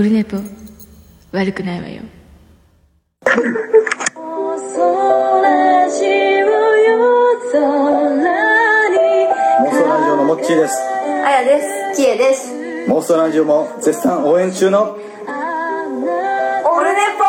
ルネポ悪くないわよ。 妄想ラジオのモッチーです。 あやです。キエです。 妄想ラジオも絶賛応援中のオルネポ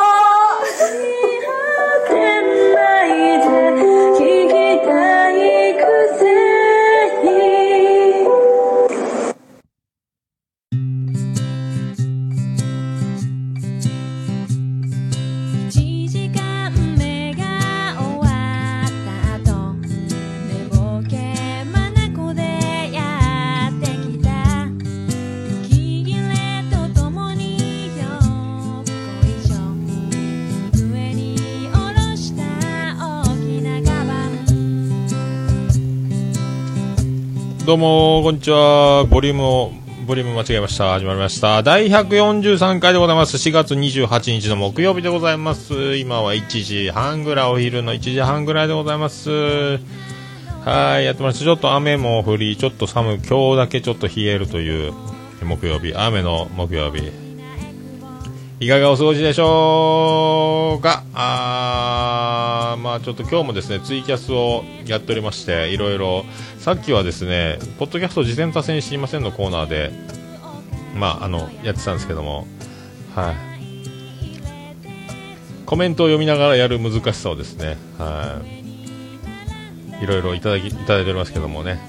どうもこんにちは。ボリューム間違えました。始まりました。第143回でございます。4月28日の木曜日でございます。今は1時半ぐらい、お昼の1時半ぐらいでございます。はい、やってました。ちょっと雨も降り、ちょっと寒い、今日だけちょっと冷えるという木曜日、雨の木曜日、いかがお過ごしでしょうか。まあちょっと今日もですね、ツイキャスをやっておりまして、いろいろさっきはですね、ポッドキャスト事前多戦知りませんのコーナーでやってたんですけども、はい、コメントを読みながらやる難しさをですね、はい、いろいろいただいておりますけどもね、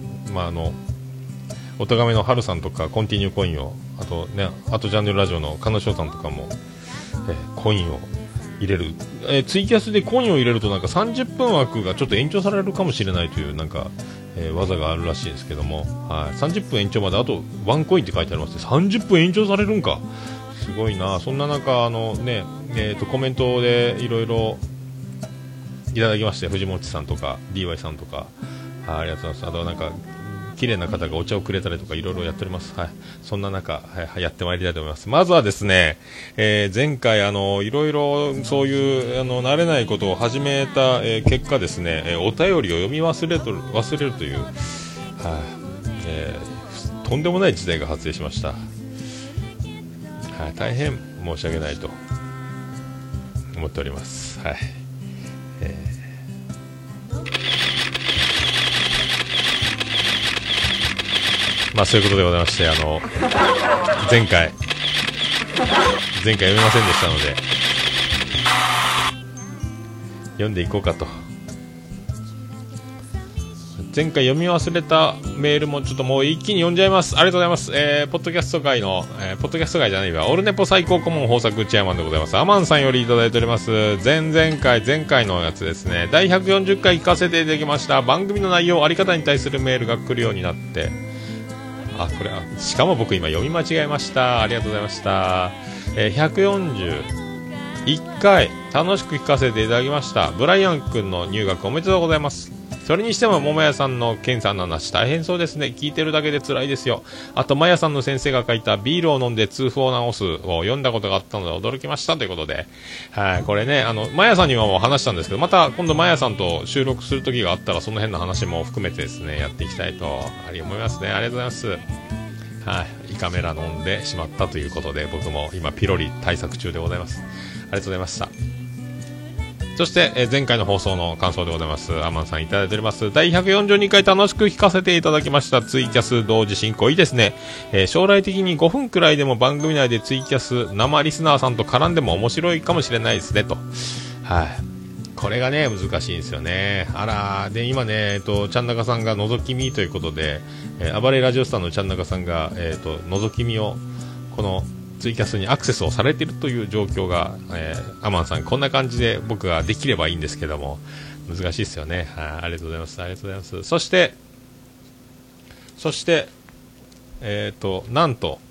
おとがめの春さんとかコンティニューコインを、あとジャンルラジオの彼女さんとかも、コインを入れる、ツイキャスでコインを入れるとなんか30分枠がちょっと延長されるかもしれないというなんか、技があるらしいんですけども、はい、30分延長まであと1コインって書いてあります。30分延長されるんか、すごいな。そんな中コメントでいろいろいただきまして、藤本さんとか DY さんとか、ありがとうございます。あとなんか綺麗な方がお茶をくれたりとかいろいろやっております。はい、そんな中、やってまいりたいと思います。まずはですね、前回いろいろそういう慣れないことを始めた、結果ですね、お便りを読み忘れるという、とんでもない事態が発生しました。はい、大変申し訳ないと思っております。はい、そういうことでございまして、前回読めませんでしたので読んでいこうかと。前回読み忘れたメールもちょっともう一気に読んじゃいます。ありがとうございます。ポッドキャスト界の、ポッドキャスト界じゃないわ、オルネポ最高顧問豊作チェアマンでございます。アマンさんよりいただいております。前回のやつですね、第140回聞かせていただきました。番組の内容、あり方に対するメールが来るようになって、しかも僕今読み間違えました。ありがとうございました。141回楽しく聞かせていただきました。ブライアン君の入学おめでとうございます。それにしても桃屋さんのケンさんの話大変そうですね。聞いてるだけで辛いですよ。あとマヤさんの先生が書いたビールを飲んで痛風を治すを読んだことがあったので驚きましたということで、はい、これね、マヤさんにはもう話したんですけど、また今度マヤさんと収録する時があったらその辺の話も含めてですね、やっていきたいと思いますね。ありがとうございます。はい、胃カメラ飲んでしまったということで、僕も今ピロリ対策中でございます。ありがとうございました。そして、前回の放送の感想でございます。アマンさんいただいております。第142回楽しく聞かせていただきました。ツイキャス同時進行いいですね。将来的に5分くらいでも番組内でツイキャス生リスナーさんと絡んでも面白いかもしれないですねと。はい、これがね難しいんですよね。で今ね、ちゃんなかさんが覗き見ということで、暴れラジオスターのちゃんなかさんが、覗き見をこのツイキャスにアクセスをされているという状況が、アマンさんこんな感じで僕ができればいいんですけども難しいですよね。ありがとうございます。ありがとうございます。そしてなんと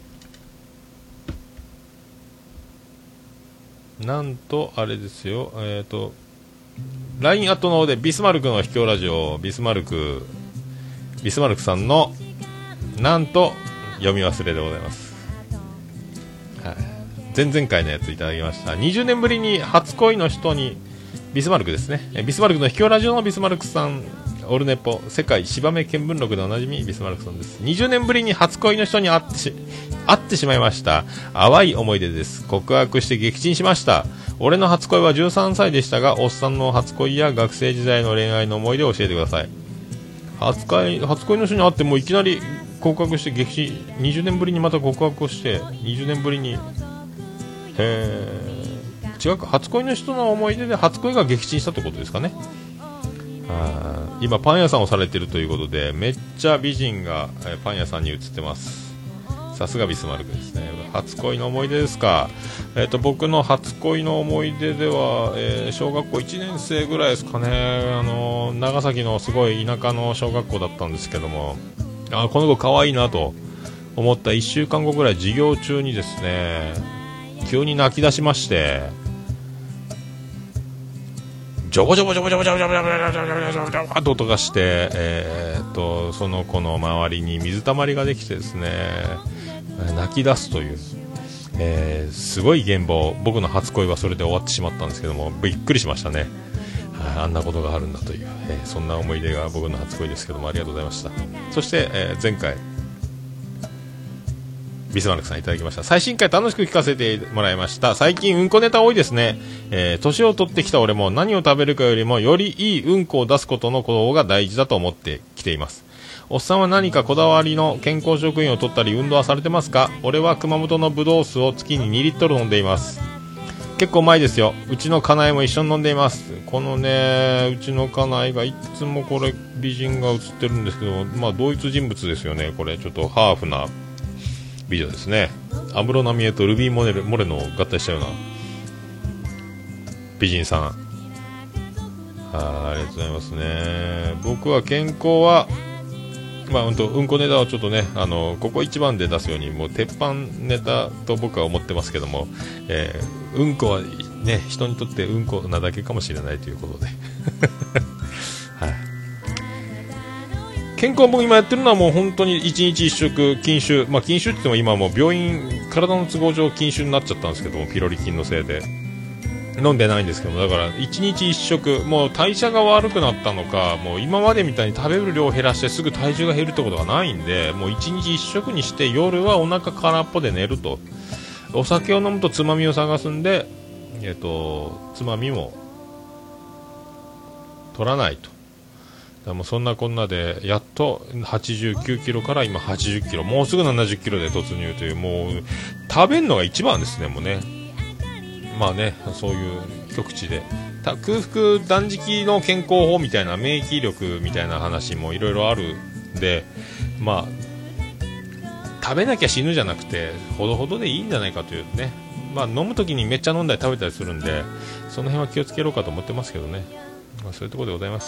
あれですよ、LINE アットの方でビスマルクの秘境ラジオビスマルクさんのなんと読み忘れでございます。はい、前々回のやついただきました。20年ぶりに初恋の人にビスマルクですね、ビスマルクの秘境ラジオのビスマルクさんオルネポ世界芝目見聞録でおなじみビスマルクさんです。20年ぶりに初恋の人に会ってしまいました。淡い思い出です。告白して撃沈しました。俺の初恋は13歳でしたが、おっさんの初恋や学生時代の恋愛の思い出を教えてください。初恋の人に会ってもういきなり告白して撃沈、20年ぶりにまた告白をして20年ぶりに違うか、初恋の人の思い出で初恋が撃沈したってことですかね。今パン屋さんをされているということで、めっちゃ美人がパン屋さんに映ってます。さすがビスマルクですね。初恋の思い出ですか。僕の初恋の思い出では、小学校1年生ぐらいですかね。長崎のすごい田舎の小学校だったんですけども、この子可愛いなと思った1週間後ぐらい、授業中にですね、急に泣き出しまして、ジョボジョボジョボジョボジョボジョボジョボジョボジョボジョボジョボと音がして、その子の周りに水たまりができてですね、泣き出すという、すごい現場を、僕の初恋はそれで終わってしまったんですけども、びっくりしましたね。あんなことがあるんだという、そんな思い出が僕の初恋ですけども、ありがとうございました。そして、前回ビスマルクさんいただきました。最新回楽しく聞かせてもらいました。最近うんこネタ多いですね。年を取ってきた俺も何を食べるかよりもよりいいうんこを出すことの方が大事だと思ってきています。おっさんは何かこだわりの健康食品を取ったり運動はされてますか？俺は熊本のブドウ酢を月に2リットル飲んでいます。結構うまいですよ。うちの家内も一緒に飲んでいます。このね、うちの家内がいつもこれ美人が写ってるんですけど、まあ同一人物ですよね。これちょっとハーフな美女ですね。安室奈美恵とルビーモレノを合体したような美人さん。ありがとうございますね。僕は健康はうんこネタはちょっとね、ここ一番で出すようにもう鉄板ネタと僕は思ってますけども、うんこはね、人にとってうんこなだけかもしれないということで、はい、健康僕今やってるのはもう本当に1日1食禁酒、禁酒って言っても今もう病院体の都合上禁酒になっちゃったんですけども、ピロリ菌のせいで飲んでないんですけども、だから1日1食、もう代謝が悪くなったのか、もう今までみたいに食べる量を減らしてすぐ体重が減るってことがないんで、もう1日1食にして夜はお腹空っぽで寝ると。お酒を飲むとつまみを探すんで、つまみも取らないと。だからもうそんなこんなでやっと89キロから今80キロ、もうすぐ70キロで突入という、もう食べるのが一番ですね。もうね、そういう一口で空腹断食の健康法みたいな、免疫力みたいな話もいろいろあるんで、食べなきゃ死ぬじゃなくてほどほどでいいんじゃないかというね、飲むときにめっちゃ飲んだり食べたりするんで、その辺は気をつけろかと思ってますけどね。そういうところでございます。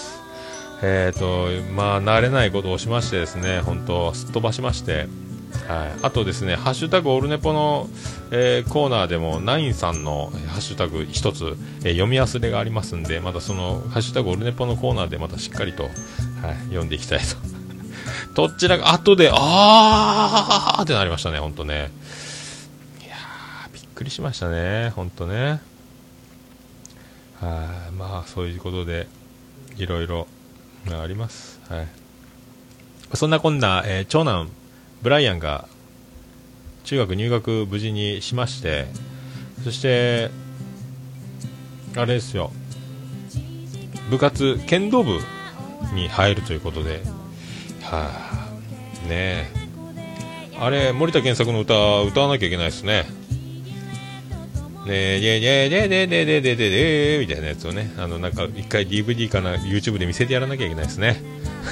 慣れないことをしましてですね、本当すっ飛ばしまして、はい、あとですね、ハッシュタグオルネポの、コーナーでもナインさんのハッシュタグ一つ、読み忘れがありますんで、またそのハッシュタグオルネポのコーナーでまたしっかりと、読んでいきたいとどちらが後でってなりましたね、本当ね。いやー、びっくりしましたね、本当ね。そういうことでいろいろあります。はい、そんなこんな、長男ブライアンが中学入学無事にしまして、そしてあれですよ、部活剣道部に入るということで、ねえ、あれ森田健作の歌わなきゃいけないですね。ねえみたいなやつをね、なんか一回 DVD かな YouTube で見せてやらなきゃいけないですね。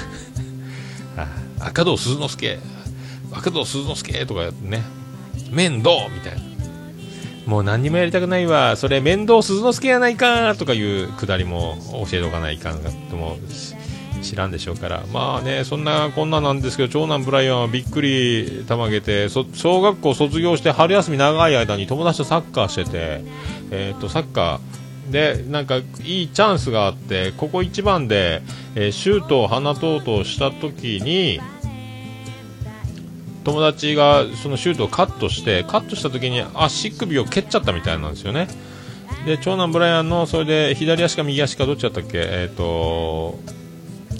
赤道鈴之助とかね、面倒みたいな、もう何にもやりたくないわ、それ面倒鈴之助やないかとかいうくだりも教えておかないかんがっても知らんでしょうから、そんなこんななんですけど、長男ブライアンはびっくりたまげて、小学校卒業して春休み長い間に友達とサッカーしてて、サッカーでなんかいいチャンスがあって、ここ一番で、シュートを放とうとした時に友達がそのシュートをカットした時に足首を蹴っちゃったみたいなんですよね。で長男ブライアンのそれで左足か右足かどっちだったっけ、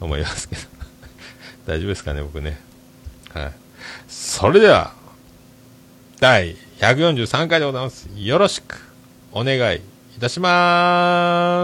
思いますけど大丈夫ですかね、僕ね。はい。それでは第143回でございます。よろしくお願いいたします。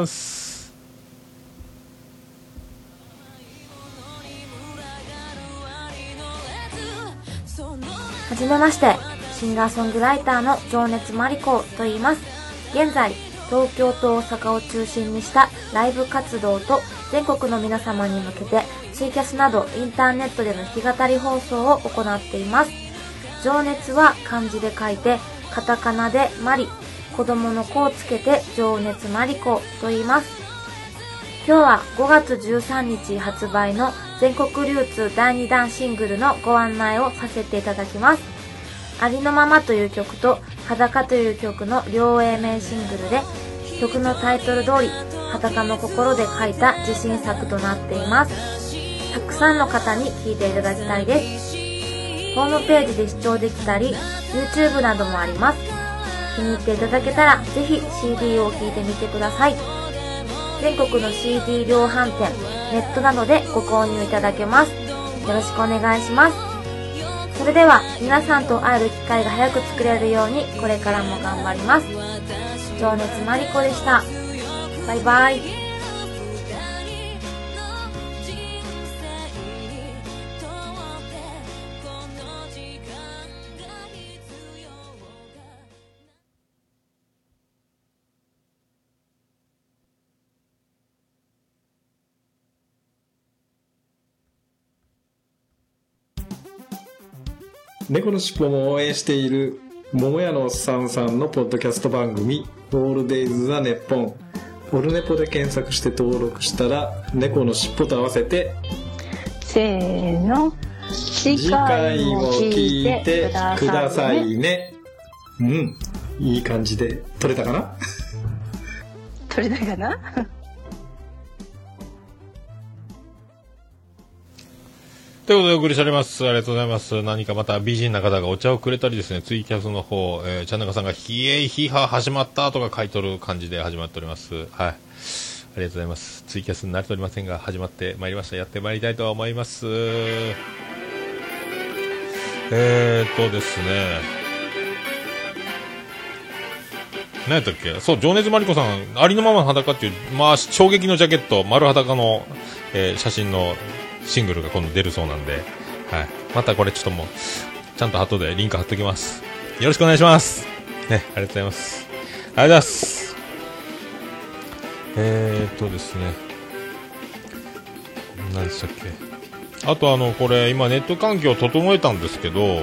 はじめまして、シンガーソングライターの情熱マリコと言います。現在東京と大阪を中心にしたライブ活動と全国の皆様に向けてツイキャスなどインターネットでの弾き語り放送を行っています。情熱は漢字で書いてカタカナでマリ、子供の子をつけて情熱マリコと言います。今日は5月13日発売の全国流通第2弾シングルのご案内をさせていただきます。ありのままという曲と裸という曲の両 A 面シングルで、曲のタイトル通り裸の心で書いた自信作となっています。たくさんの方に聴いていただきたいです。ホームページで視聴できたり YouTube などもあります。気に入っていただけたらぜひ CD を聴いてみてください。全国の CD 量販店、ネットなどでご購入いただけます。よろしくお願いします。それでは皆さんと会える機会が早く作れるようにこれからも頑張ります。情熱マリコでした。バイバイ。 猫のしっぽも応援している桃屋のおっさんさんのポッドキャスト番組オールデイズ・ザ・ネッポン、オルネポで検索して登録したら猫のしっぽと合わせてせーの、次回も聞いてくださいね。 うん、いい感じで撮れたかな撮れたかなということでお送りしております。ありがとうございます。何かまた美人な方がお茶をくれたりですね、ツイキャスの方、チャンナカさんがヒエイヒハ始まったとか書いとる感じで始まっております。はい。ありがとうございます。ツイキャスになれておりませんが、始まってまいりました。やってまいりたいと思います。ですね。何やったっけ、そう、情熱マリコさん、ありのままの裸っていう、まあ、衝撃のジャケット、丸裸の、写真の、シングルが今度出るそうなんで、はい、またこれちょっともうちゃんと後でリンク貼っておきます。よろしくお願いしますね。ありがとうございます。ありがとうございます。ですね、何でしたっけ、あとこれ今ネット環境を整えたんですけど、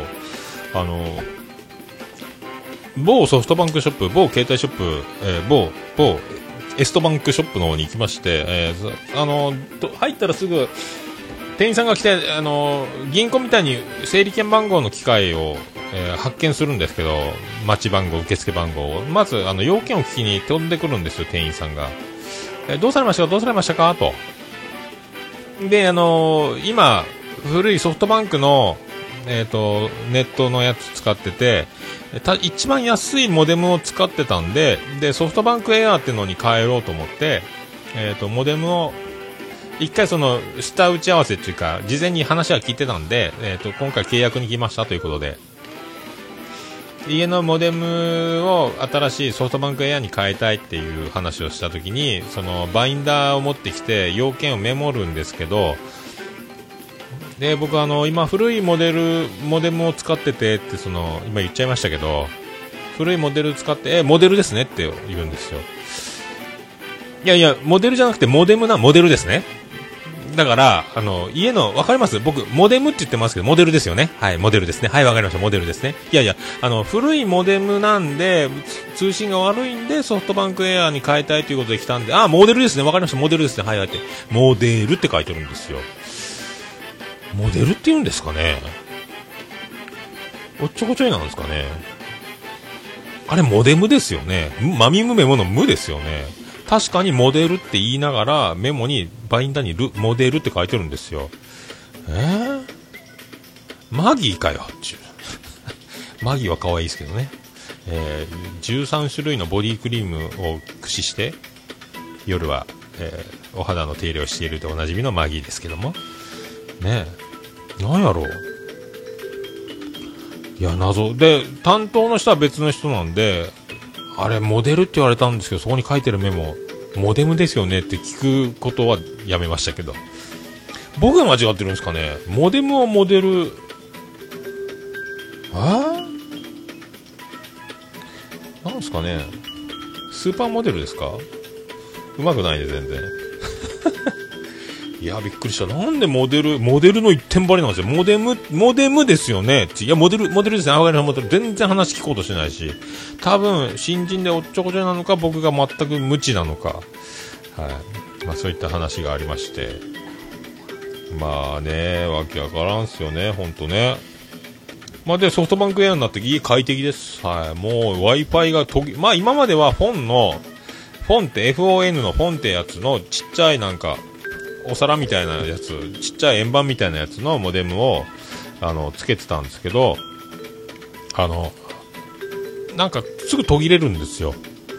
某ソフトバンクショップ、某携帯ショップ、某エストバンクショップの方に行きまして、入ったらすぐ店員さんが来て、銀行みたいに整理券番号の機械を、発見するんですけど、待ち番号、受付番号をまず要件を聞きに飛んでくるんですよ、店員さんが。どうされましたか、どうされましたかと。で、今古いソフトバンクのネットのやつ使ってて、一番安いモデムを使ってたんで、ソフトバンクエアーってのに変えようと思って、モデムを一回その下打ち合わせっていうか事前に話は聞いてたんで、今回契約に来ましたということで、家のモデムを新しいソフトバンクエアに変えたいっていう話をしたときに、そのバインダーを持ってきて要件をメモるんですけど、で僕今古いモデムを使っててって今言っちゃいましたけど、古いモデル使ってモデルですねって言うんですよ。いやいや、モデルじゃなくてモデルですね。だから家のわかります？僕モデムって言ってますけどモデルですよね。はい、モデルですね。はい、わかりました。モデルですね。いやいや、古いモデムなんで通信が悪いんでソフトバンクエアに変えたいということで来たんで、モデルですね。わかりました。モデルですね。はい、はいってモデルって書いてるんですよ。モデルって言うんですかね。おっちょこちょいなんですかね。あれモデムですよね。マミムメモの無ですよね。確かにモデルって言いながらメモにバインダーにモデルって書いてるんですよ。マギーかよマギーは可愛いですけどね。13種類のボディクリームを駆使して夜は、 お肌の手入れをしているとおなじみのマギーですけどもねえ、なんやろう、いや謎で、担当の人は別の人なんで、あれモデルって言われたんですけど、そこに書いてるメモモデムですよねって聞くことはやめましたけど、僕が間違ってるんですかね。モデムをモデル、なんですかね、スーパーモデルですか。うまくないね全然いやびっくりした。なんでモデルの一点張りなんですよ。モデムですよね。いやモデルですね。あわかりました。全然話聞こうとしてないし、多分新人でおっちょこちょいなのか、僕が全く無知なのか、はい、まあそういった話がありまして、まあね、わけわからんすよね、ほんとね。まあでソフトバンクエアになって家快適です。はい、もう Wi-Fi がまあ今まではフォンって FON のフォンってやつのちっちゃいなんかお皿みたいなやつ、ちっちゃい円盤みたいなやつのモデムをつけてたんですけど、なんかすぐ途切れるんですよ。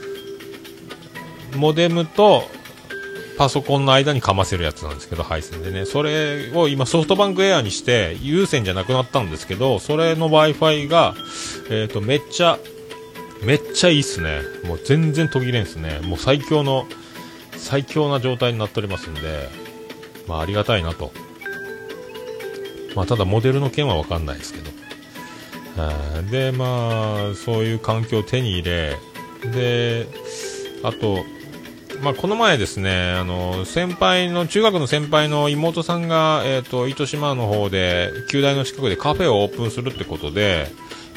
モデムとパソコンの間にかませるやつなんですけど、配線でね、それを今ソフトバンクエアにして有線じゃなくなったんですけど、それの Wi-Fi がめっちゃいいっすね。もう全然途切れんすね。もう最強な状態になっておりますんで、まあありがたいなと。まあただモデルの件は分かんないですけど、でまあそういう環境を手に入れで、あとまあこの前ですね、中学の先輩の妹さんが糸島の方で旧大の近くでカフェをオープンするってことで、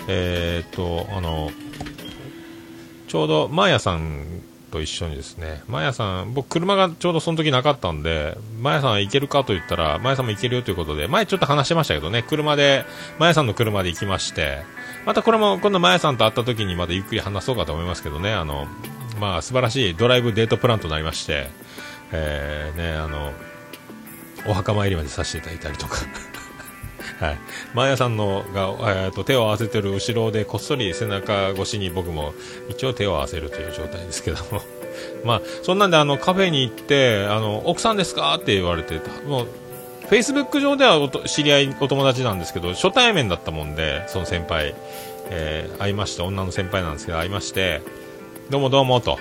ちょうどマーヤさんと一緒にですね、マーヤさん、僕車がちょうどその時なかったんで、マーヤさん行けるかと言ったら、マーヤさんも行けるよということで、前ちょっと話してましたけどね、マーヤさんの車で行きまして、またこれも今度マーヤさんと会った時にまたゆっくり話そうかと思いますけどね、まあ素晴らしいドライブデートプランとなりまして、お墓参りまでさせていただいたりとかはい、マーヤさんのが、手を合わせてる後ろでこっそり背中越しに僕も一応手を合わせるという状態ですけどもまあそんなんでカフェに行って奥さんですかって言われて、もうフェイスブック上では知り合いお友達なんですけど、初対面だったもんで、その先輩、会いまして、女の先輩なんですけど会いまして、どうもどうもと、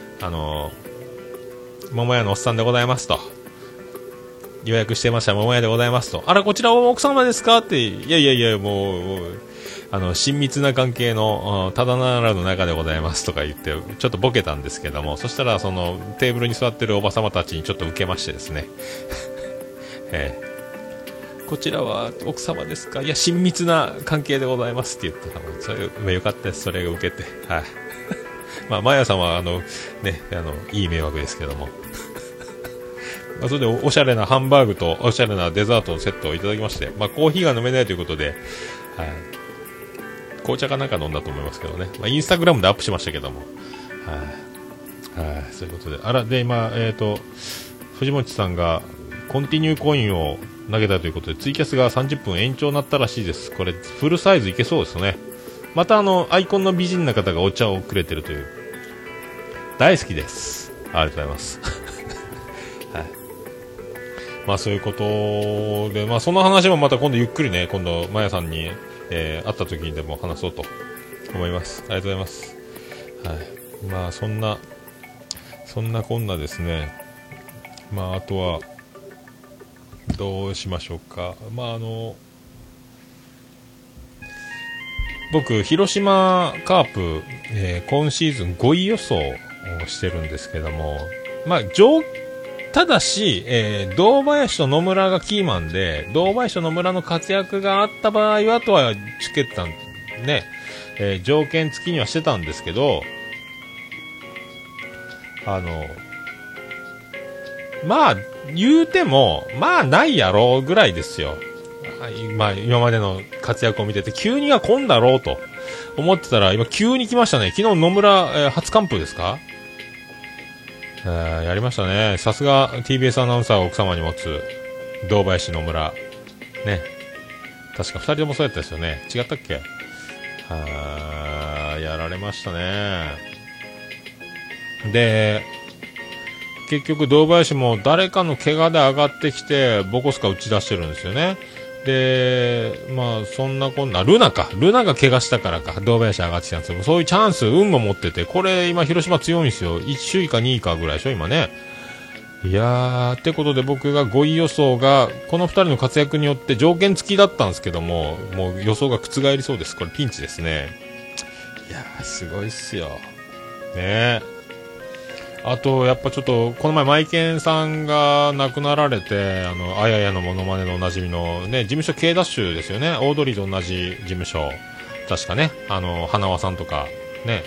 桃屋のおっさんでございますと、予約してました桃屋でございますと、あらこちら奥様ですかって、いやもう親密な関係のただならぬ中でございますとか言ってちょっとボケたんですけども、そしたらそのテーブルに座ってるおばさまたちにちょっと受けましてですねこちらは奥様ですか、いや親密な関係でございますって言ってたので、それよかったです、それが受けて、はいまあマヤさんはいい迷惑ですけどもそれでおしゃれなハンバーグとおしゃれなデザートのセットをいただきまして、まあ、コーヒーが飲めないということで、はい、紅茶かなんか飲んだと思いますけどね、まあ、インスタグラムでアップしましたけども、はい、そういうことで、で今、藤本さんがコンティニューコインを投げたということでツイキャスが30分延長になったらしいです。これフルサイズいけそうですね。またアイコンの美人な方がお茶をくれてるという、大好きです。ありがとうございますはい、まあそういうことで、まあその話もまた今度ゆっくりね、今度マヤさんに、会った時にでも話そうと思います。ありがとうございます。はい、まあそんなこんなですね。まああとはどうしましょうか。まあ僕広島カープ、今シーズン5位予想をしてるんですけども、まあただし、堂林と野村がキーマンで、堂林と野村の活躍があった場合はとはつけたんね、条件付きにはしてたんですけど、まあ言うてもまあないやろうぐらいですよ。まあ今までの活躍を見てて急には来んだろうと思ってたら、今急に来ましたね。昨日野村、初完封ですか。やりましたね。さすが TBS アナウンサーを奥様に持つ堂林野村ね。確か2人ともそうやったですよね。違ったっけ。やられましたね。で結局堂林も誰かの怪我で上がってきてボコスカ打ち出してるんですよね。でまあそんなこんなルナが怪我したからか堂林上がってきたんですよ。そういうチャンス運も持ってて、これ今広島強いんですよ。1首位か2位かぐらいでしょ今ね。いやーってことで僕が5位予想がこの2人の活躍によって条件付きだったんですけども、もう予想が覆りそうです。これピンチですね。いやーすごいっすよね。あとやっぱちょっとこの前マイケンさんが亡くなられて、あややのモノマネのおなじみのね事務所 K ダッシュですよね。オードリーと同じ事務所確かね、花輪さんとかね。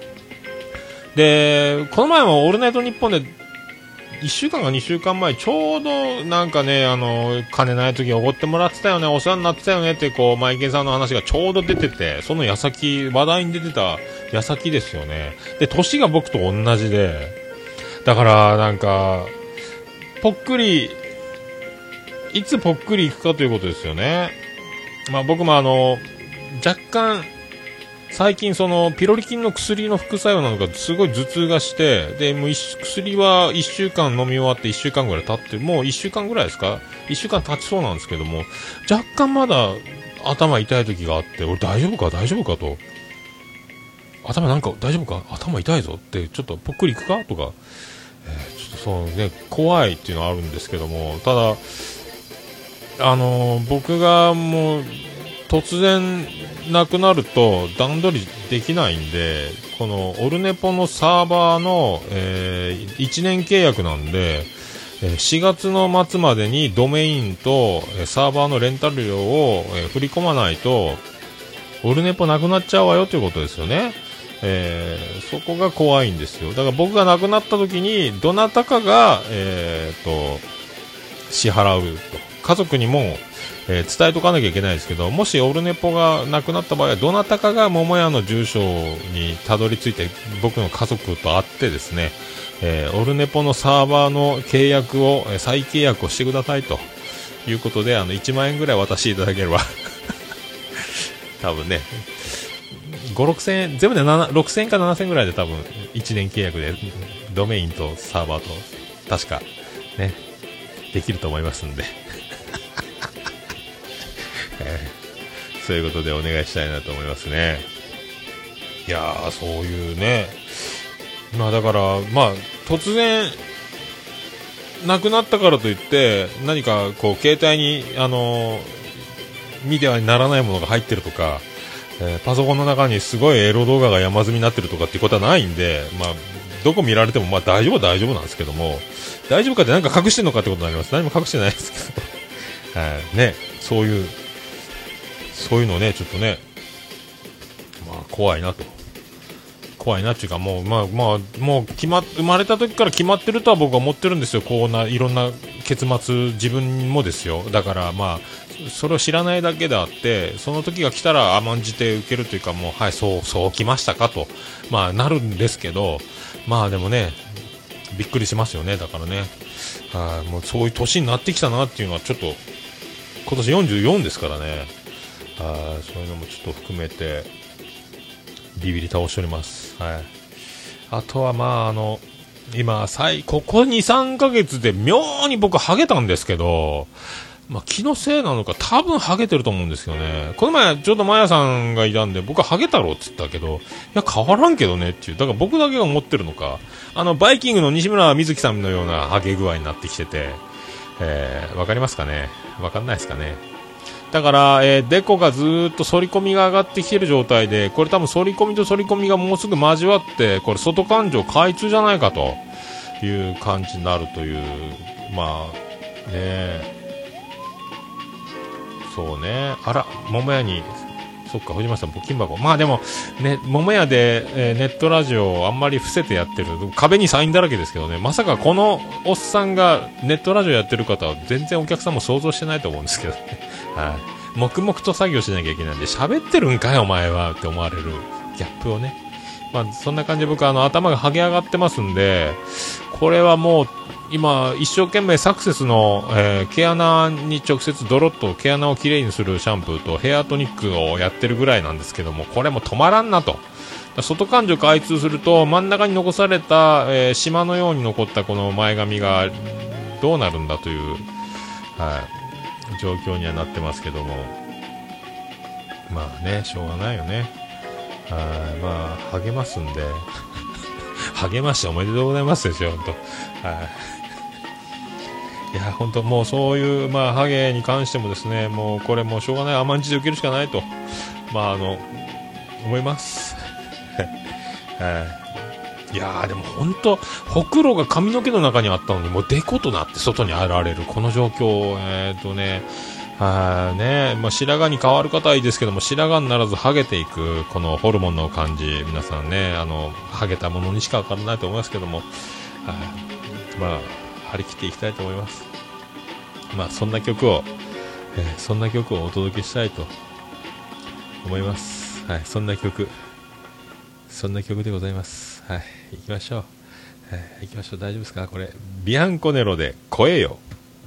でこの前もオールナイトニッポンで1週間か2週間前ちょうどなんかね金ない時おごってもらってたよね、お世話になってたよねってこうマイケンさんの話がちょうど出てて、その矢先話題に出てた矢先ですよね。で年が僕と同じで、だからなんかぽっくりいつぽっくりいくかということですよね。まあ僕も若干最近そのピロリ菌の薬の副作用なのかすごい頭痛がして、でもう薬は1週間飲み終わって1週間ぐらい経って、もう1週間ぐらいですか、1週間経ちそうなんですけども、若干まだ頭痛い時があって、俺大丈夫かと、頭なんか大丈夫か、頭痛いぞってちょっとぽっくりいくかとか、ちょっとそうね怖いっていうのはあるんですけども、ただ僕がもう突然なくなると段取りできないんで、このオルネポのサーバーの、1年契約なんで、4月の末までにドメインとサーバーのレンタル料を、振り込まないとオルネポなくなっちゃうわよということですよね。そこが怖いんですよ。だから僕が亡くなった時にどなたかが、支払うと家族にも伝えとかなきゃいけないですけど、もしオルネポがなくなった場合はどなたかが桃屋の住所にたどり着いて僕の家族と会ってですね、オルネポのサーバーの契約を再契約をしてくださいということで、1万円ぐらい渡していただければ多分ね5、6000円全部で6000円か7000円ぐらいで多分1年契約でドメインとサーバーと確かねできると思いますんでそういうことでお願いしたいなと思いますね。いやーそういうね、まあだからまあ突然亡くなったからといって何かこう携帯に見てはならないものが入ってるとか、パソコンの中にすごいエロ動画が山積みになってるとかっていうことはないんで、まあどこ見られてもまあ大丈夫なんですけども、大丈夫かって何か隠してんのかってことになります。何も隠してないですけどね、そういうのねちょっとね、まあ怖いなっていうか、もうもう生まれた時から決まってるとは僕は思ってるんですよ。こうないろんな結末自分もですよ。だからまあそれを知らないだけであって、その時が来たら甘んじて受けるというか、もうはいそう来ましたかとまあなるんですけど、まあでもねびっくりしますよね。だからねもうそういう年になってきたなっていうのはちょっと今年44ですからね、そういうのもちょっと含めてビビり倒しております。はい。あとはまあ今ここ 2,3 ヶ月で妙に僕ハゲたんですけど、まあ気のせいなのか多分ハゲてると思うんですけどね。この前ちょうどマヤさんがいたんで僕はハゲたろって言ったけど、いや変わらんけどねっていう、だから僕だけが思ってるのか、バイキングの西村瑞希さんのようなハゲ具合になってきてて、わかりますかね、わかんないですかね。だから、デコがずーっと反り込みが上がってきてる状態で、これ多分反り込みと反り込みがもうすぐ交わって、これ外環状開通じゃないかという感じになるという、まあね、そうね、あら桃屋にそっか藤間さん募金箱、まあでもね桃屋で、ネットラジオをあんまり伏せてやってる、壁にサインだらけですけどね、まさかこのおっさんがネットラジオやってる方は全然お客さんも想像してないと思うんですけどねはい、黙々と作業しなきゃいけないんで、喋ってるんかいお前はって思われるギャップをね、まあそんな感じで僕頭が剥げ上がってますんで、これはもう今一生懸命サクセスの、毛穴に直接ドロッと毛穴をきれいにするシャンプーとヘアトニックをやってるぐらいなんですけども、これも止まらんなと外環状開通すると真ん中に残された、島のように残ったこの前髪がどうなるんだという、はい、状況にはなってますけども、まあね、しょうがないよね。まあ励ますんで励ましておめでとうございますですよ、本当。いや本当もうそういう、まあ、ハゲに関してもですね、もうこれもうしょうがない、甘んじて受けるしかないと、まあ思いますいやでも本当ほくろが髪の毛の中にあったのにもうデコとなって外に現れるこの状況、ね、まあ、白髪に変わる方はいいですけども、白髪にならずハゲていくこのホルモンの感じ、皆さんね、ハゲたものにしか分からないと思いますけども、まあ張り切っていきたいと思います。まあそんな曲をお届けしたいと思います。はい、そんな曲でございます。はい、行きましょう。行きましょう。大丈夫ですか？これビアンコネロで声よ。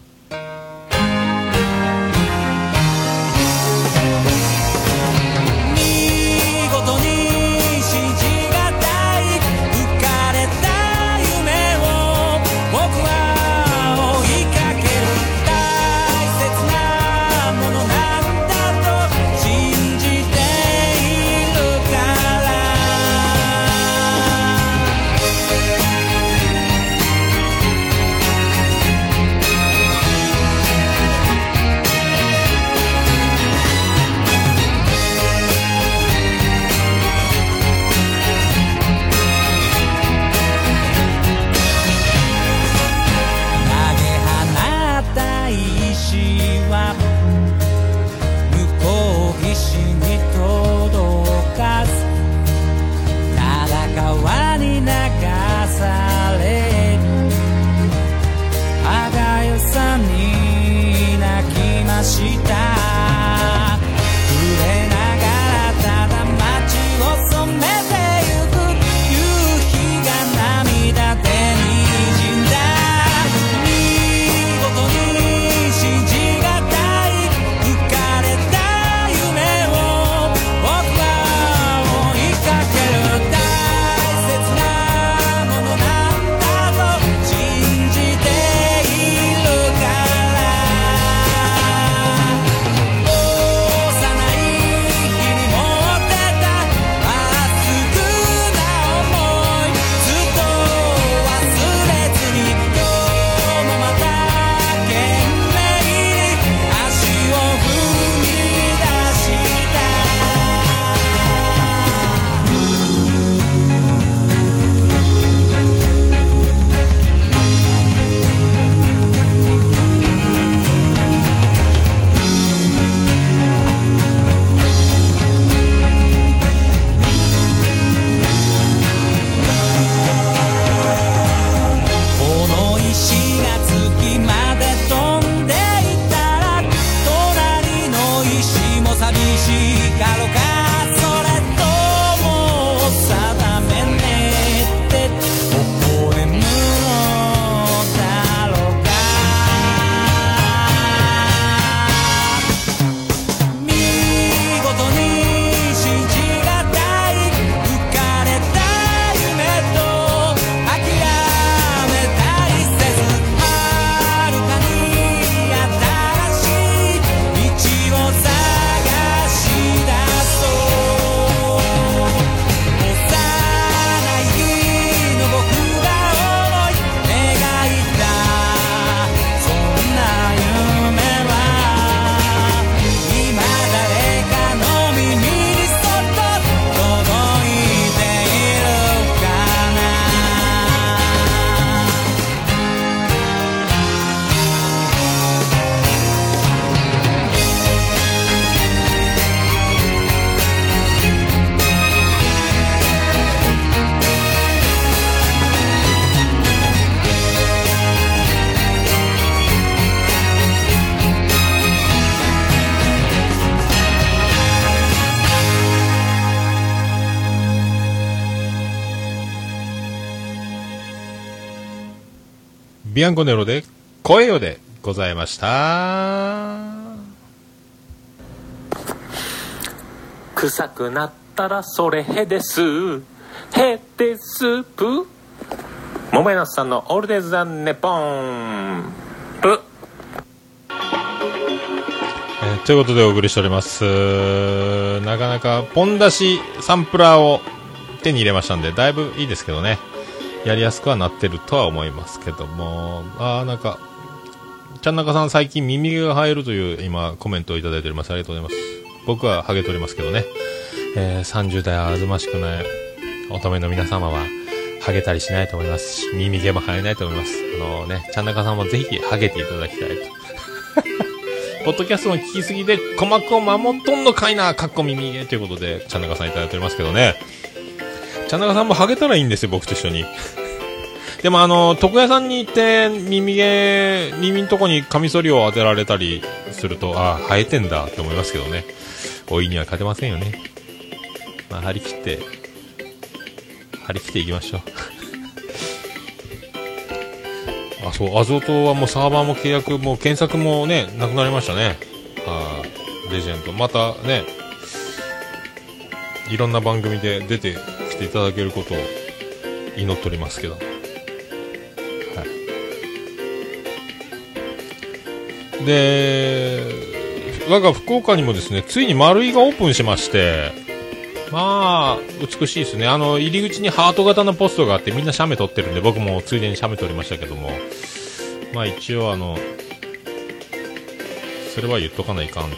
ビアンコネロで声よでございました。 臭くなってったらそれへです。へでスープ。桃屋のさんのオールデイズ・ザ・ネポンプ。ということでお送りしております。なかなかポン出しサンプラーを手に入れましたんで、だいぶいいですけどね。やりやすくはなってるとは思いますけども、なんかちゃんなかさん最近耳毛が生えるという今コメントをいただいております。ありがとうございます。僕はハゲておりますけどね、30代あずましくない乙女の皆様はハゲたりしないと思いますし、耳毛も生えないと思います。ちゃんなかさんもぜひハゲていただきたいとポッドキャストの聞きすぎで鼓膜を守っとんのかいな、かっこ耳毛ということでちゃんなかさんいただいておりますけどね。ちゃんなかさんもハゲたらいいんですよ、僕と一緒に。でも床屋さんに行って耳のとこにカミソリを当てられたりすると、生えてんだって思いますけどね。老いには勝てませんよね。張り切っていきましょう。そう、アゾトはもうサーバーも契約も検索もねなくなりましたね。レジェンドまたね、いろんな番組で出てきていただけることを祈っておりますけど、で我が福岡にもですね、ついに丸井がオープンしまして、美しいですね。入り口にハート型のポストがあってみんな写メ撮ってるんで、僕もついでに写メ撮りましたけども、一応それは言っとかないかんと。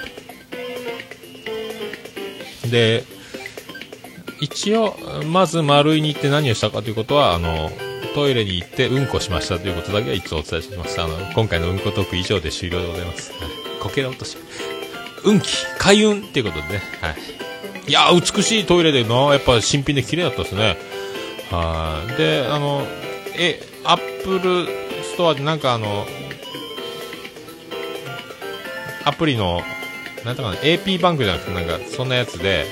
で一応まず丸井に行って何をしたかということは、トイレに行ってうんこしましたということだけはいつお伝えしています。今回のうんこトーク以上で終了でございます。こけら落とし運気開運っていうことでね、いや美しいトイレでやっぱ新品で綺麗だったですね。でアップルストアでなんかアプリのなんとかAP バンクじゃなくてなんかそんなやつで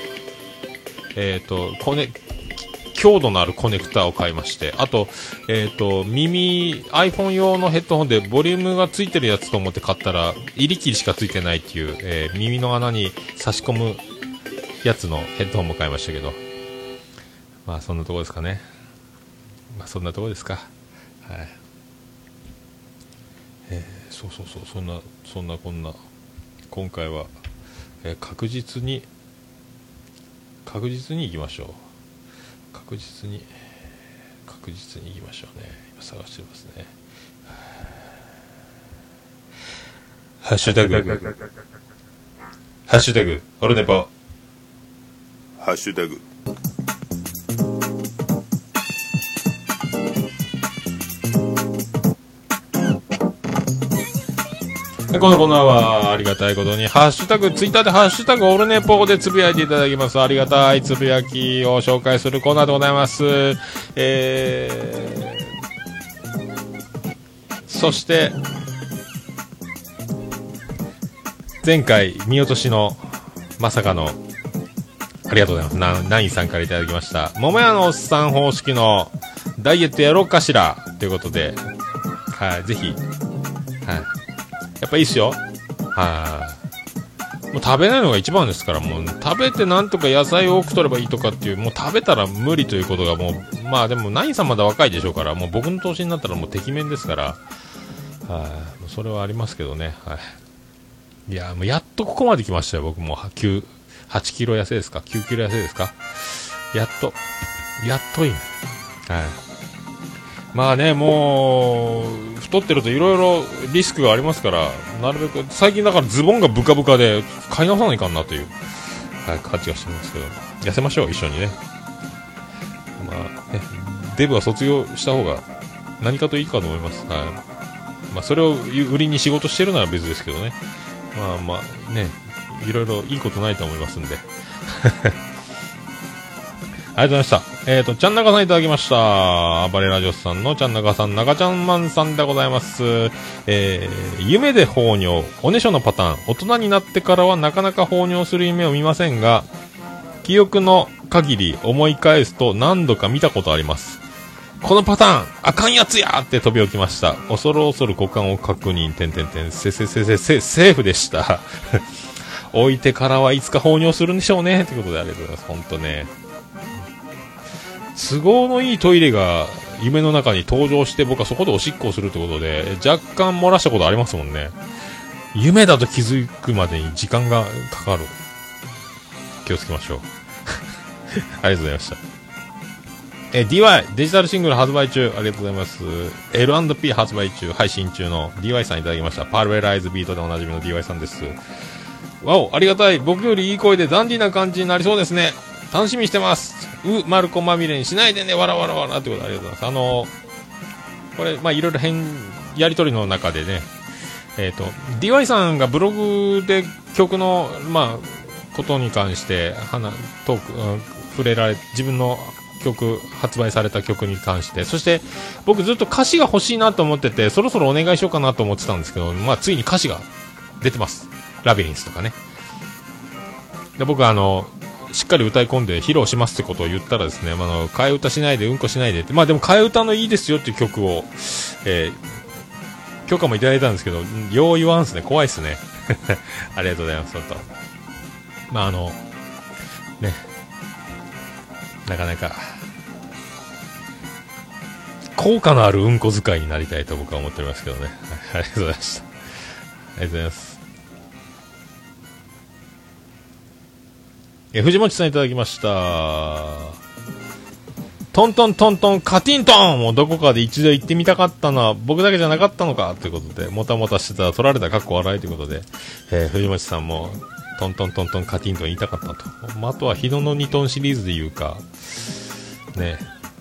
強度のあるコネクターを買いまして、あとiPhone 用のヘッドホンでボリュームがついてるやつと思って買ったら入り切りしかついてないっていう、耳の穴に差し込むやつのヘッドホンも買いましたけど、そんなとこですかね。そんなとこですか。そうそんなこんな今回は、確実に行きましょう。確実に行きましょうね。今探してますね。ハッシュタグオルネポ、 ハッシュタグこのコーナーはありがたいことにハッシュタグツイッターでハッシュタグオルネポでつぶやいていただきます。ありがたいつぶやきを紹介するコーナーでございます。そして前回見落としのまさかのありがとうございます。ナインさんからいただきました。桃屋のおっさん方式のダイエットやろうかしらということで、ぜひやっぱいいっすよ。もう食べないのが一番ですから、もう食べてなんとか野菜を多く取ればいいとかっていう、もう食べたら無理ということがもう、でもナインさんまだ若いでしょうから、もう僕の年になったらもうてきめんですから、それはありますけどね。いやもうやっとここまで来ましたよ。僕も8キロ痩せですか、9キロ痩せですか、やっといいね。もう太ってるといろいろリスクがありますから、なるべく最近だからズボンがブカブカで買い直さないかんなという、感じがしてますけど、痩せましょう一緒にね。デブは卒業した方が何かといいかと思います。それを売りに仕事してるなら別ですけどね。いろいろいいことないと思いますんでありがとうございました。ちゃんなかさんいただきました。暴れラジオスさんのちゃんなかさん、中ちゃんマンさんでございます。夢で放尿、おねしょのパターン。大人になってからはなかなか放尿する夢を見ませんが、記憶の限り思い返すと何度か見たことあります。このパターン、あかんやつやって飛び起きました。恐る恐る股間を確認、セーフでした。 置いてからはいつか放尿するんでしょうね。ということでありがとうございます。ほんとね。都合のいいトイレが夢の中に登場して僕はそこでおしっこをするってことで若干漏らしたことありますもんね。夢だと気づくまでに時間がかかる。気をつけましょう。ありがとうございました。DY デジタルシングル発売中、ありがとうございます。 L&P 発売中、配信中の DY さんいただきました。パルベライズビートでおなじみの DY さんです。わお、ありがたい。僕よりいい声でダンディーな感じになりそうですね。楽しみにしてます。マルコまみれにしないでね、わらわらわらってことでありがとうございます。これ、まあいろいろやりとりの中でね、DY さんがブログで曲の、まあ、ことに関してトーク、触れられ、自分の曲、発売された曲に関して、そして僕ずっと歌詞が欲しいなと思ってて、そろそろお願いしようかなと思ってたんですけど、まあついに歌詞が出てます。ラビリンスとかね。で僕しっかり歌い込んで披露しますってことを言ったらですね、替え歌しないでうんこしないでって、まあでも替え歌のいいですよっていう曲を、許可もいただいたんですけど、よう言わんすね、怖いっすね。ありがとうございます。本当。まあね、なかなか効果のあるうんこ使いになりたいと僕は思っておりますけどね。ありがとうございました。ありがとうございます。藤本さんいただきました。トントントントンカティントンもどこかで一度行ってみたかったな、僕だけじゃなかったのかということで、もたもたしてたら取られたかっこ笑いということで、藤本さんもトントントントンカティントン言いたかったと。まあ、あとは日野の2トンシリーズで言うかね。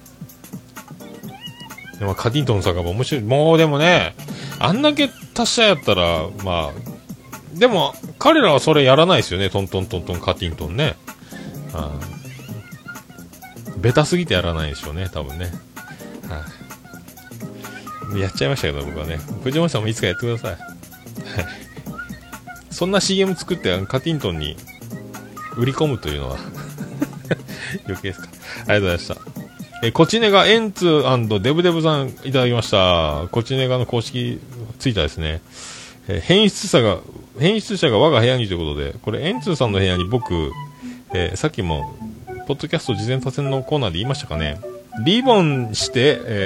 でもカティントンさんが面白い。もうでもね、あんだけ達者やったら、まあでも彼らはそれやらないですよね。トントントントンカティントンね。ベタすぎてやらないでしょうね、多分ね。やっちゃいましたけど僕はね。藤本さんもいつかやってください。そんな CM 作ってカティントンに売り込むというのは余計ですか。ありがとうございました。コチネガエンツー&デブデブさんいただきました。コチネガの公式ツイッターですね。変質者が我が部屋にということで、これエンツーさんの部屋に僕、さっきもポッドキャスト事前多戦のコーナーで言いましたかね。リボンして、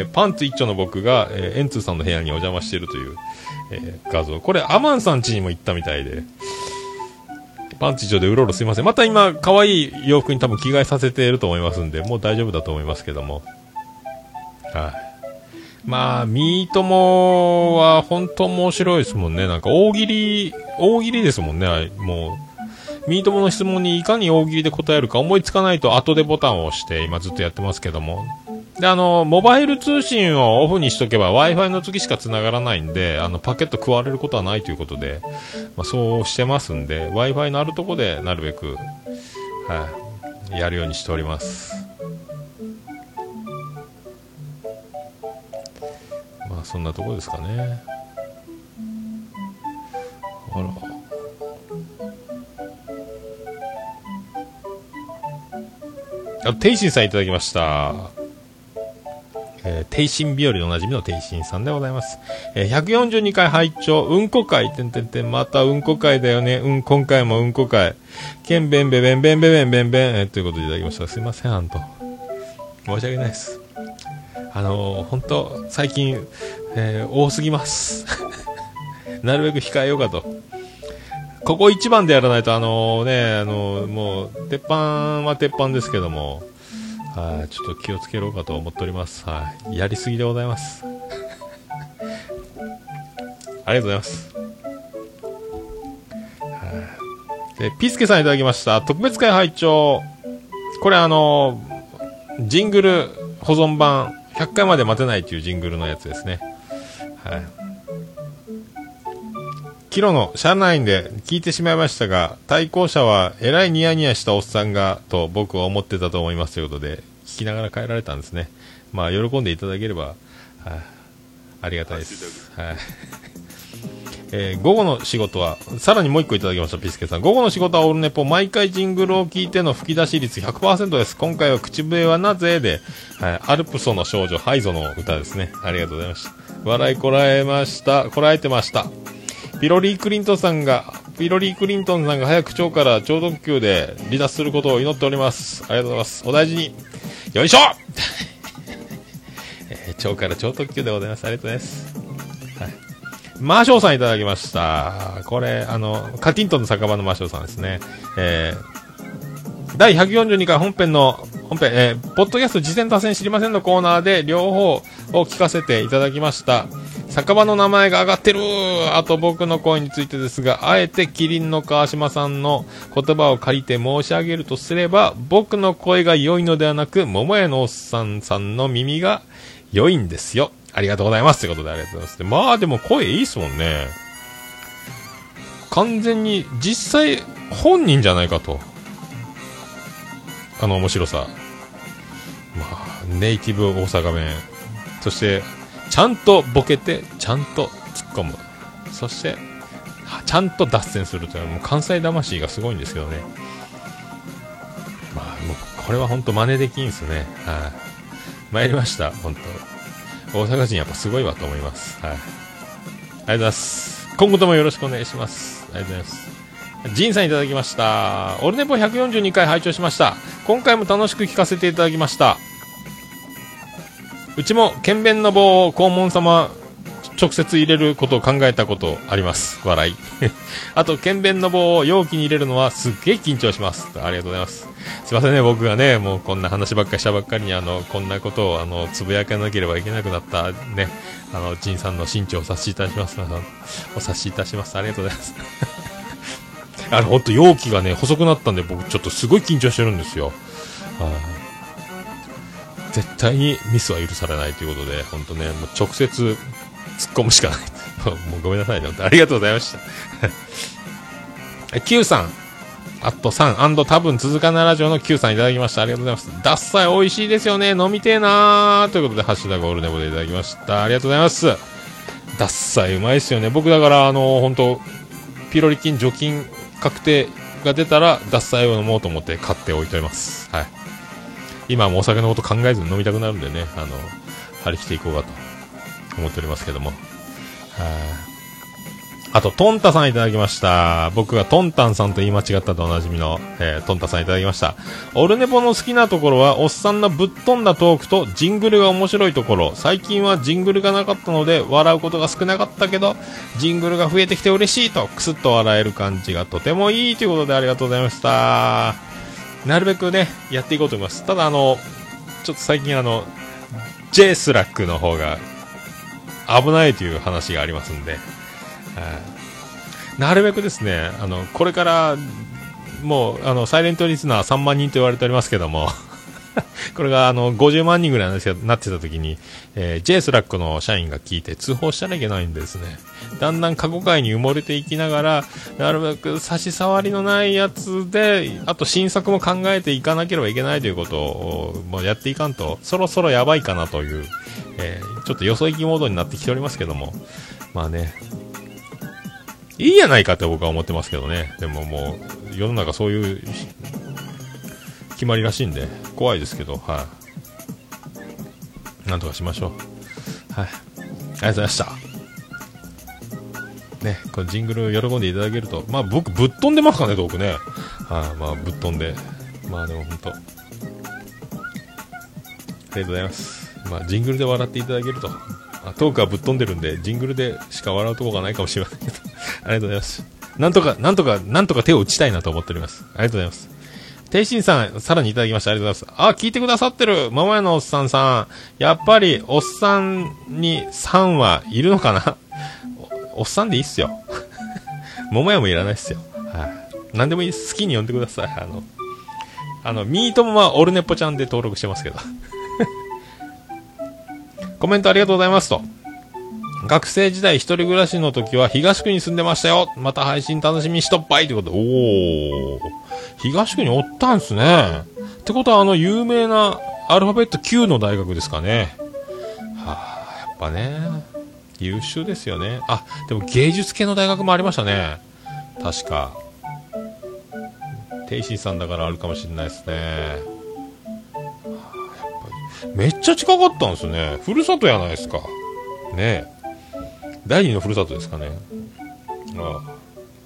パンツ一丁の僕が、エンツーさんの部屋にお邪魔しているという、画像。これアマンさん家にも行ったみたいで、パンツ一丁でうろうろすいません。また今可愛い洋服に多分着替えさせていると思いますんで、もう大丈夫だと思いますけども。はい。まあミートモは本当面白いですもんね。なんか大喜利ですもんね。もうミートモの質問にいかに大喜利で答えるか思いつかないと後でボタンを押して今ずっとやってますけども。でモバイル通信をオフにしとけば Wi-Fi の時しか繋がらないんで、パケット食われることはないということで、まあ、そうしてますんで Wi-Fi のあるとこでなるべく、はい、やるようにしております。まあそんなとこですかね。あら、テイシンさんいただきました。テイシン日和でおなじみのテイシンさんでございます。142回拝聴、うんこ会、またうんこ会だよね。今回もうんこ会。ケンベンベベンベンベベンベンベン、ということでいただきました。すいません、申し訳ないです。本当最近、多すぎます。なるべく控えようかと。ここ一番でやらないと、もう、鉄板は鉄板ですけども、はい、ちょっと気をつけろうかと思っております。はい、やりすぎでございます。ありがとうございます。はい、ピスケさんいただきました。特別会拝聴。これジングル保存版、100回まで待てないというジングルのやつですね。はい。キロの車内で聞いてしまいましたが、対向車はえらいニヤニヤしたおっさんがと僕は思ってたと思いますということで聞きながら帰られたんですね。まあ喜んでいただければ、ありがたいです。はい。午後の仕事はさらにもう一個いただきました。ピスケさん、午後の仕事はオルネポ、毎回ジングルを聞いての吹き出し率 100% です。今回は口笛はなぜで、はい、アルプソの少女ハイゾの歌ですね。ありがとうございました。笑いこらえてました。ピロリー・クリントンさんがピロリー・クリントンさんが早く腸から超特急で離脱することを祈っております。ありがとうございます。お大事に。よいしょ腸から超特急でございます。ありがとうございます。はい。マーショーさんいただきました。これ、カティントンの酒場のマーショーさんですね。第142回本編、ポッドキャスト事前多戦知りませんのコーナーで両方を聞かせていただきました。酒場の名前が上がってる。あと僕の声についてですが、あえてキリンの川島さんの言葉を借りて申し上げるとすれば、僕の声が良いのではなく、桃屋のおっさんさんの耳が良いんですよ。ありがとうございます。ということでありがとうございます。まあでも声いいっすもんね。完全に実際本人じゃないかと。面白さ。まあ、ネイティブ大阪弁。そして、ちゃんとボケて、ちゃんと突っ込む。そして、ちゃんと脱線するというのは、もう関西魂がすごいんですけどね。まあ、もう、これは本当真似できんすね。はい。参りました。本当。大阪人やっぱすごいわと思います。はい。ありがとうございます。今後ともよろしくお願いします。ありがとうございます。ジンさんいただきました。オルネポ142回拝聴しました。今回も楽しく聞かせていただきました。うちも剣弁の棒を黄門様直接入れることを考えたことあります。笑い。あと剣弁の棒を容器に入れるのはすっげえ緊張します。ありがとうございます。すいませんね、僕がね、もうこんな話ばっかりしたばっかりにこんなことをつぶやかなければいけなくなったね、ジンさんの身長をお察しいたします。お察しいたします。ありがとうございます。ほんと容器がね細くなったんで僕ちょっとすごい緊張してるんですよ。絶対にミスは許されないということで、ほんとね、もう直接突っ込むしかない。もうごめんなさいね。ありがとうございました。Q さん、あと3&多分続かないラジオの Q さんいただきました。ありがとうございます。ダッサイ美味しいですよね。飲みてえなーということで、ハッシュタグオルネボでいただきました。ありがとうございます。ダッサイうまいですよね。僕だからほんとピロリ菌除菌確定が出たらダッサイを飲もうと思って買っておいております。はい。今はもうお酒のこと考えずに飲みたくなるんでね、張り切っていこうかと思っておりますけども。あとトンタさんいただきました。僕がトンタンさんと言い間違ったとおなじみの、トンタさんいただきました。オルネポの好きなところはおっさんのぶっ飛んだトークとジングルが面白いところ。最近はジングルがなかったので笑うことが少なかったけど、ジングルが増えてきて嬉しいとクスッと笑える感じがとてもいいということでありがとうございました。なるべくねやっていこうと思います。ただちょっと最近J スラックの方が危ないという話がありますんで、なるべくですねこれからもうサイレントリスナー3万人と言われておりますけどもこれが50万人ぐらいになってた時に、J スラックの社員が聞いて通報したらいけないんですね。だんだん過去回に埋もれていきながら、なるべく差し障りのないやつで、あと新作も考えていかなければいけないということをもうやっていかんとそろそろやばいかなという、ちょっとよそ行きモードになってきておりますけども、まあねいいやないかって僕は思ってますけどね。でももう世の中そういう決まりらしいんで怖いですけど、はい、なんとかしましょう。はい、ありがとうございましたね。このジングル喜んでいただけると、まあ僕ぶっ飛んでますかね、トークね。はい、まあぶっ飛んで、まあでも本当ありがとうございます。まあジングルで笑っていただけると、トークはぶっ飛んでるんでジングルでしか笑うところがないかもしれませんけどありがとうございます。なんとか手を打ちたいなと思っております。ありがとうございます。ていしんさん、さらにいただきました。ありがとうございます。聞いてくださってる。桃屋のおっさんさん。やっぱり、おっさんにさんはいるのかなおっさんでいいっすよ。桃屋もいらないっすよ。はい。なんでもいいです。好きに呼んでください。ミートもはオルネポちゃんで登録してますけど。コメントありがとうございますと。学生時代一人暮らしの時は東区に住んでましたよ。また配信楽しみにしとっぱいということで。おー。東区におったんすね。ってことは有名なアルファベット Q の大学ですかね。はあ、やっぱね優秀ですよね。でも芸術系の大学もありましたね。確かテイシーさんだからあるかもしれないですね。はあ、やっぱりめっちゃ近かったんですね。ふるさとやないですかね。第二のふるさとですかね。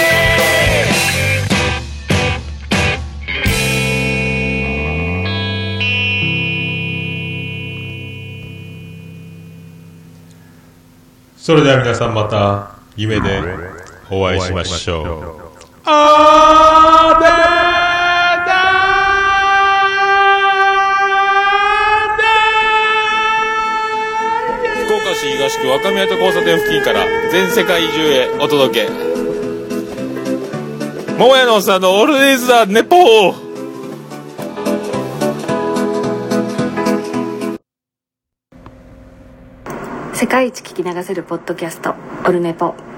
それでは皆さんまた夢でお会いしましょう。あーでー福岡市東区若宮と交差点付近から全世界中へお届け。桃屋のおっさんのオールディーズ・ザ・ネポー。 世界一聞き流せるポッドキャストオルネポ。